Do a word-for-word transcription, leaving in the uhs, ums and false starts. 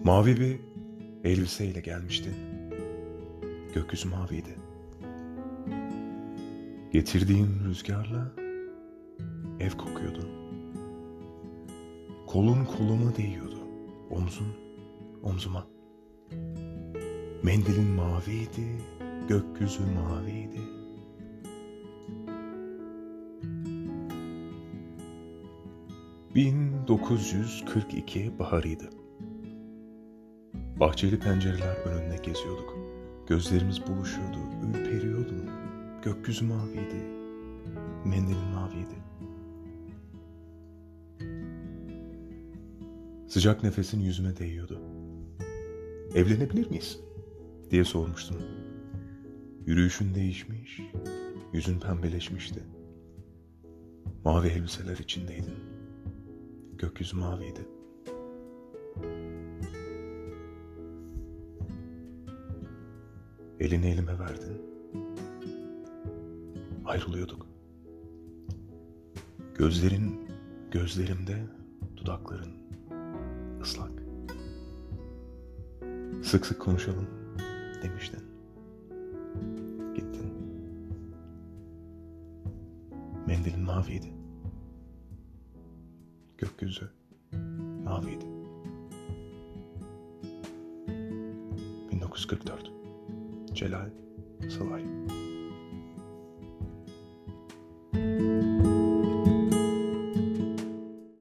Mavi bir elbiseyle gelmiştin. Gökyüzü maviydi. Getirdiğin rüzgarla ev kokuyordun. Kolun koluma değiyordu. Omzun omzuma. Mendilin maviydi, gökyüzü maviydi. bin dokuz yüz kırk iki baharıydı. Bahçeli pencereler önünde geziyorduk. Gözlerimiz buluşuyordu, ürperiyordu. Gökyüzü maviydi, mendilin maviydi. Sıcak nefesin yüzüme değiyordu. Evlenebilir miyiz? Diye sormuştum. Yürüyüşün değişmiş, yüzün pembeleşmişti. Mavi elbiseler içindeydin. Gökyüzü maviydi. Elini elime verdin. Ayrılıyorduk. Gözlerin gözlerimde, dudakların ıslak. Sık sık konuşalım demiştin. Gittin. Mendilin maviydi. Gökyüzü maviydi. bin dokuz yüz kırk dört Celal Salay.